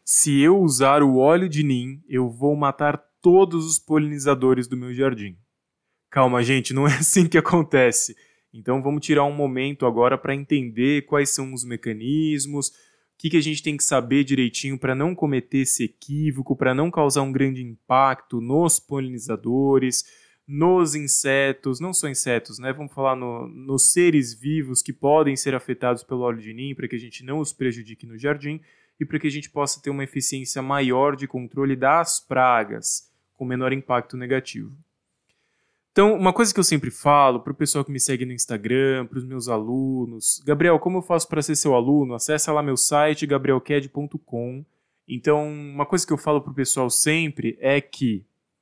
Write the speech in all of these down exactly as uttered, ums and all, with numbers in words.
Se eu usar o óleo de nim, eu vou matar todos os polinizadores do meu jardim. Calma, gente, não é assim que acontece. Então vamos tirar um momento agora para entender quais são os mecanismos, o que, que a gente tem que saber direitinho para não cometer esse equívoco, para não causar um grande impacto nos polinizadores, nos insetos, não só insetos, né? Vamos falar no, nos seres vivos que podem ser afetados pelo óleo de nim, para que a gente não os prejudique no jardim e para que a gente possa ter uma eficiência maior de controle das pragas, com menor impacto negativo. Então, uma coisa que eu sempre falo para o pessoal que me segue no Instagram, para os meus alunos, Gabriel, como eu faço para ser seu aluno? Acessa lá meu site, gabriel ked ponto com. Então, uma coisa que eu falo para o pessoal sempre é que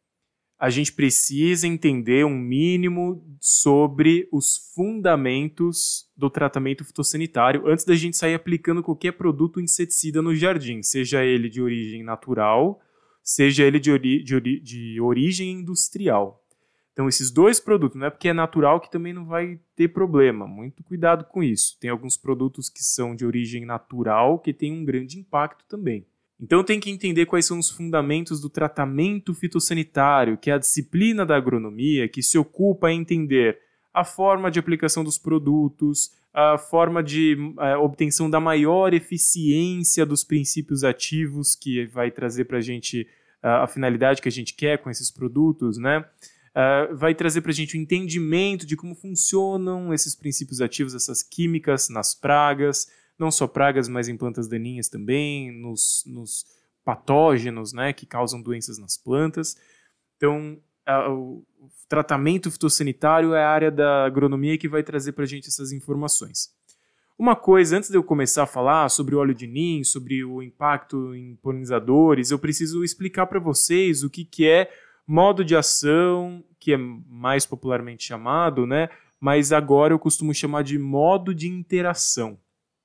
a gente precisa entender um mínimo sobre os fundamentos do tratamento fitossanitário antes da gente sair aplicando qualquer produto inseticida no jardim, seja ele de origem natural, seja ele de, ori- de, ori- de origem industrial. Então, esses dois produtos, não é porque é natural que também não vai ter problema. Muito cuidado com isso. Tem alguns produtos que são de origem natural que têm um grande impacto também. Então, tem que entender quais são os fundamentos do tratamento fitossanitário, que é a disciplina da agronomia que se ocupa em entender a forma de aplicação dos produtos, a forma de a obtenção da maior eficiência dos princípios ativos que vai trazer para a gente a, a finalidade que a gente quer com esses produtos, né? Uh, vai trazer para a gente o entendimento de como funcionam esses princípios ativos, essas químicas nas pragas, não só pragas, mas em plantas daninhas também, nos, nos patógenos, né, que causam doenças nas plantas. Então, uh, o tratamento fitossanitário é a área da agronomia que vai trazer para a gente essas informações. Uma coisa, antes de eu começar a falar sobre o óleo de nim, sobre o impacto em polinizadores, eu preciso explicar para vocês o que, que é modo de ação, que é mais popularmente chamado, né? Mas agora eu costumo chamar de modo de interação.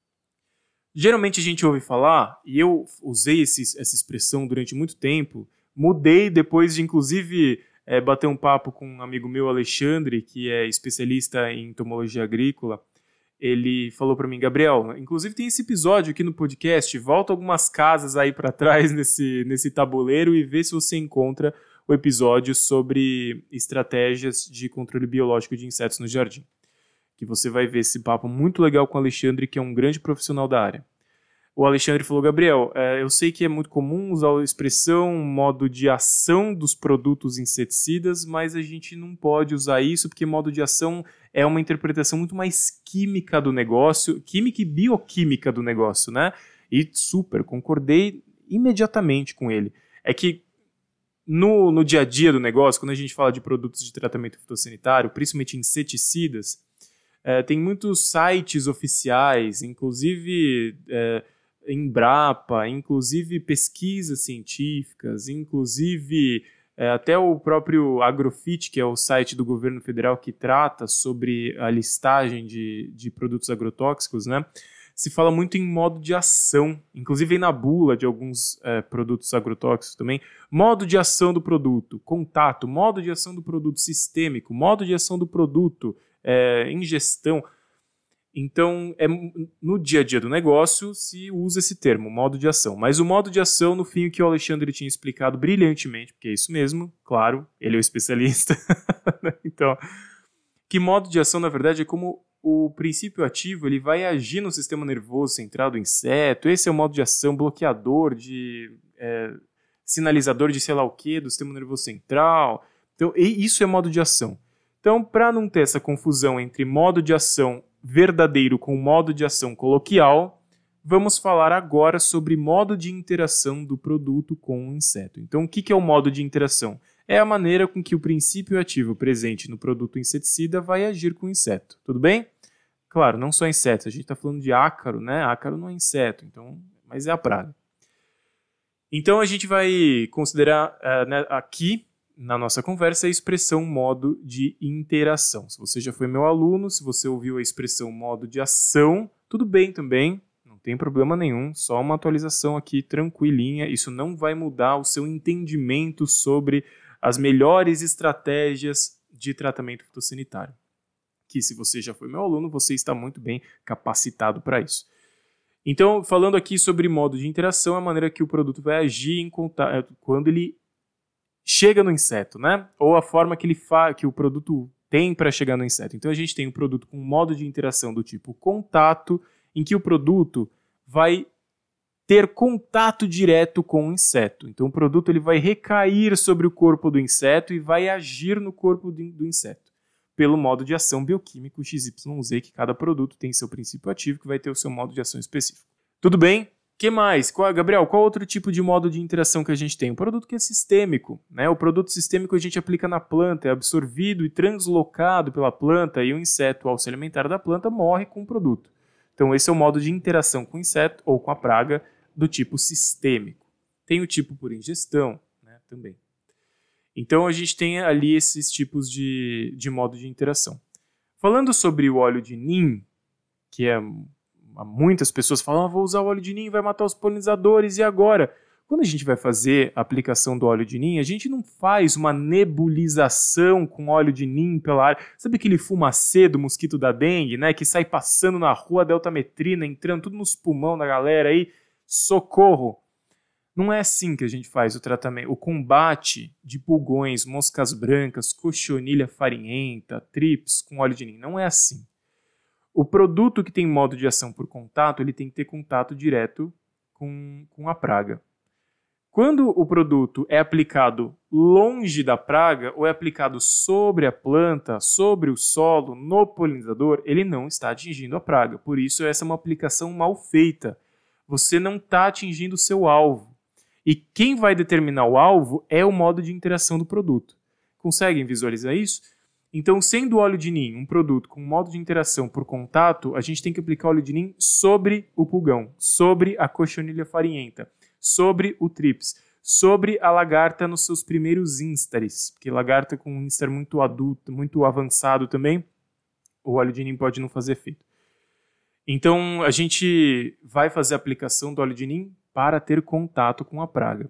Geralmente a gente ouve falar, e eu usei esse, essa expressão durante muito tempo, mudei depois de inclusive é, bater um papo com um amigo meu, Alexandre, que é especialista em entomologia agrícola. Ele falou para mim, Gabriel, inclusive tem esse episódio aqui no podcast, volta algumas casas aí para trás nesse, nesse tabuleiro e vê se você encontra o episódio sobre estratégias de controle biológico de insetos no jardim. Que você vai ver esse papo muito legal com o Alexandre, que é um grande profissional da área. O Alexandre falou, Gabriel, eu sei que é muito comum usar a expressão modo de ação dos produtos inseticidas, mas a gente não pode usar isso porque modo de ação é uma interpretação muito mais química do negócio, química e bioquímica do negócio, né? E super, concordei imediatamente com ele. É que No, no dia a dia do negócio, quando a gente fala de produtos de tratamento fitossanitário, principalmente inseticidas, é, tem muitos sites oficiais, inclusive é, Embrapa, inclusive pesquisas científicas, inclusive é, até o próprio Agrofit, que é o site do governo federal que trata sobre a listagem de, de produtos agrotóxicos, né? Se fala muito em modo de ação, inclusive na bula de alguns é, produtos agrotóxicos também, modo de ação do produto, contato, modo de ação do produto sistêmico, modo de ação do produto, é, ingestão. Então, é, no dia a dia do negócio se usa esse termo, modo de ação. Mas o modo de ação, no fim, o que o Alexandre tinha explicado brilhantemente, porque é isso mesmo, claro, ele é o especialista. Então, que modo de ação, na verdade, é como o princípio ativo ele vai agir no sistema nervoso central do inseto. Esse é o modo de ação, bloqueador, de é, sinalizador de sei lá o que, do sistema nervoso central. Então, isso é modo de ação. Então, para não ter essa confusão entre modo de ação verdadeiro com modo de ação coloquial, vamos falar agora sobre modo de interação do produto com o inseto. Então, o que é o modo de interação? É a maneira com que o princípio ativo presente no produto inseticida vai agir com o inseto. Tudo bem? Claro, não só insetos. A gente está falando de ácaro, né? Ácaro não é inseto, então, mas é a praga. Então, a gente vai considerar uh, né, aqui, na nossa conversa, a expressão modo de interação. Se você já foi meu aluno, se você ouviu a expressão modo de ação, tudo bem também. Não tem problema nenhum, só uma atualização aqui tranquilinha. Isso não vai mudar o seu entendimento sobre as melhores estratégias de tratamento fitossanitário. Que se você já foi meu aluno, você está muito bem capacitado para isso. Então, falando aqui sobre modo de interação, a maneira que o produto vai agir em contato, quando ele chega no inseto, né? Ou a forma que, ele fa que o produto tem para chegar no inseto. Então, a gente tem um produto com modo de interação do tipo contato, em que o produto vai ter contato direto com o inseto. Então, o produto ele vai recair sobre o corpo do inseto e vai agir no corpo do inseto, pelo modo de ação bioquímico X Y Z, que cada produto tem seu princípio ativo, que vai ter o seu modo de ação específico. Tudo bem? O que mais? Qual, Gabriel, qual outro tipo de modo de interação que a gente tem? Um produto que é sistêmico, né? O produto sistêmico a gente aplica na planta, é absorvido e translocado pela planta, e o inseto, ao se alimentar da planta, morre com o produto. Então, esse é o modo de interação com o inseto ou com a praga do tipo sistêmico. Tem o tipo por ingestão, né, também. Então, a gente tem ali esses tipos de, de modo de interação. Falando sobre o óleo de Neem, que é, muitas pessoas falam, ah, vou usar o óleo de Neem, vai matar os polinizadores, e agora? Quando a gente vai fazer a aplicação do óleo de Neem, a gente não faz uma nebulização com óleo de Neem pela área. Sabe aquele fumacê do mosquito da dengue, né, que sai passando na rua, deltametrina, entrando tudo nos pulmões da galera aí? Socorro! Não é assim que a gente faz o tratamento, o combate de pulgões, moscas brancas, cochonilha farinhenta, trips com óleo de Neem. Não é assim. O produto que tem modo de ação por contato, ele tem que ter contato direto com, com a praga. Quando o produto é aplicado longe da praga ou é aplicado sobre a planta, sobre o solo, no polinizador, ele não está atingindo a praga. Por isso, essa é uma aplicação mal feita. Você não está atingindo o seu alvo. E quem vai determinar o alvo é o modo de interação do produto. Conseguem visualizar isso? Então, sendo o óleo de Neem um produto com modo de interação por contato, a gente tem que aplicar o óleo de Neem sobre o pulgão, sobre a cochonilha farinhenta, sobre o trips, sobre a lagarta nos seus primeiros instares, porque lagarta com um instar muito adulto, muito avançado também, o óleo de Neem pode não fazer efeito. Então, a gente vai fazer a aplicação do óleo de Neem para ter contato com a praga.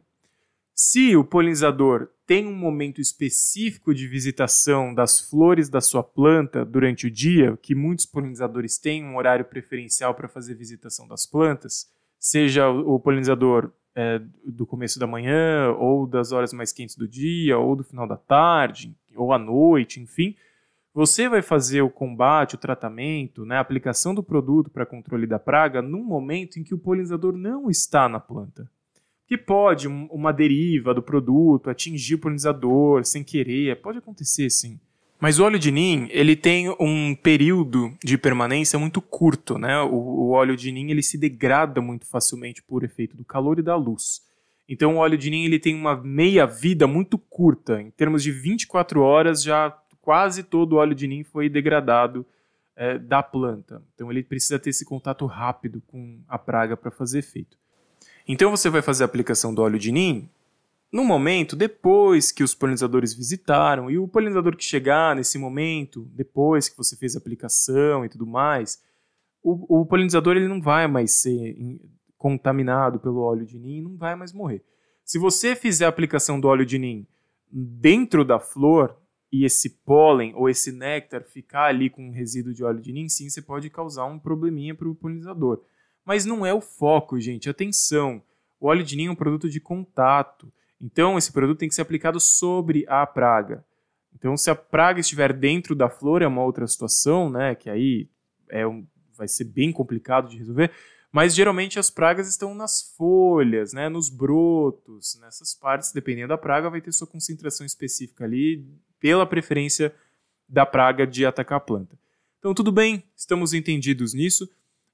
Se o polinizador tem um momento específico de visitação das flores da sua planta durante o dia, que muitos polinizadores têm um horário preferencial para fazer visitação das plantas, seja o polinizador é, do começo da manhã, ou das horas mais quentes do dia, ou do final da tarde, ou à noite, enfim, você vai fazer o combate, o tratamento, né, a aplicação do produto para controle da praga num momento em que o polinizador não está na planta. Que pode um, uma deriva do produto atingir o polinizador sem querer, pode acontecer sim. Mas o óleo de Neem, ele tem um período de permanência muito curto, né? O, o óleo de Neem ele se degrada muito facilmente por efeito do calor e da luz. Então o óleo de Neem ele tem uma meia-vida muito curta, em termos de vinte e quatro horas já quase todo o óleo de Neem foi degradado é, da planta. Então ele precisa ter esse contato rápido com a praga para fazer efeito. Então você vai fazer a aplicação do óleo de Neem no momento depois que os polinizadores visitaram, e o polinizador que chegar nesse momento, depois que você fez a aplicação e tudo mais, o, o polinizador ele não vai mais ser contaminado pelo óleo de Neem, não vai mais morrer. Se você fizer a aplicação do óleo de Neem dentro da flor, e esse pólen ou esse néctar ficar ali com um resíduo de óleo de Neem, sim, você pode causar um probleminha para o polinizador. Mas não é o foco, gente. Atenção, o óleo de Neem é um produto de contato. Então, esse produto tem que ser aplicado sobre a praga. Então, se a praga estiver dentro da flor, é uma outra situação, né? Que aí é um, vai ser bem complicado de resolver. Mas, geralmente, as pragas estão nas folhas, né? Nos brotos, nessas partes. Dependendo da praga, vai ter sua concentração específica ali, pela preferência da praga de atacar a planta. Então, tudo bem, estamos entendidos nisso.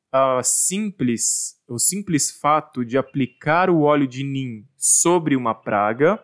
A simples, o simples fato de aplicar o óleo de Neem sobre uma praga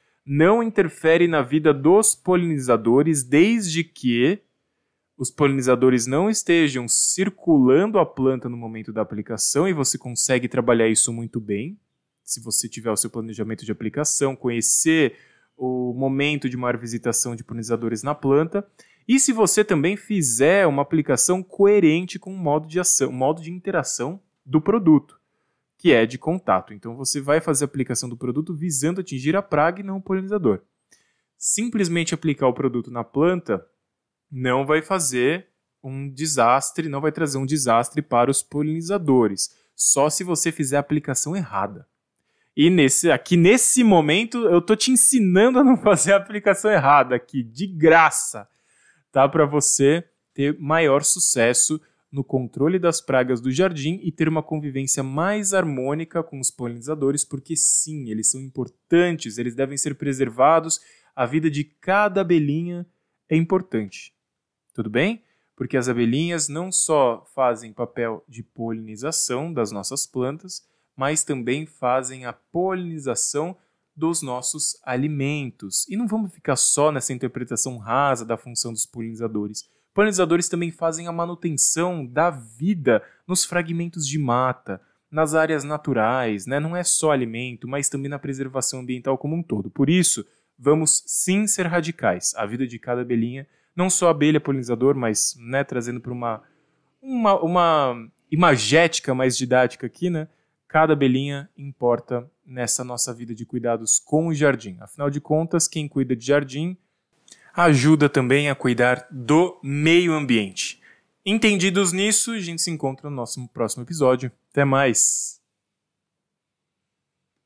não interfere na vida dos polinizadores, desde que os polinizadores não estejam circulando a planta no momento da aplicação, e você consegue trabalhar isso muito bem, se você tiver o seu planejamento de aplicação, conhecer o momento de maior visitação de polinizadores na planta, e se você também fizer uma aplicação coerente com o modo de ação, o modo de interação do produto, que é de contato. Então você vai fazer a aplicação do produto visando atingir a praga e não o polinizador. Simplesmente aplicar o produto na planta não vai fazer um desastre, não vai trazer um desastre para os polinizadores. só se você fizer a aplicação errada. E nesse, aqui nesse momento eu tô te ensinando a não fazer a aplicação errada aqui, de graça, tá? Para você ter maior sucesso no controle das pragas do jardim e ter uma convivência mais harmônica com os polinizadores, porque sim, eles são importantes, eles devem ser preservados, a vida de cada abelhinha é importante. Tudo bem? Porque as abelhinhas não só fazem papel de polinização das nossas plantas, mas também fazem a polinização dos nossos alimentos. E não vamos ficar só nessa interpretação rasa da função dos polinizadores. Polinizadores também fazem a manutenção da vida nos fragmentos de mata, nas áreas naturais, né? Não é só alimento, mas também na preservação ambiental como um todo. Por isso, vamos sim ser radicais. A vida de cada abelhinha, não só a abelha polinizador, mas né, trazendo para uma, uma, uma imagética mais didática aqui, né? Cada abelhinha importa nessa nossa vida de cuidados com o jardim. Afinal de contas, quem cuida de jardim ajuda também a cuidar do meio ambiente. Entendidos nisso, a gente se encontra no nosso próximo episódio. Até mais!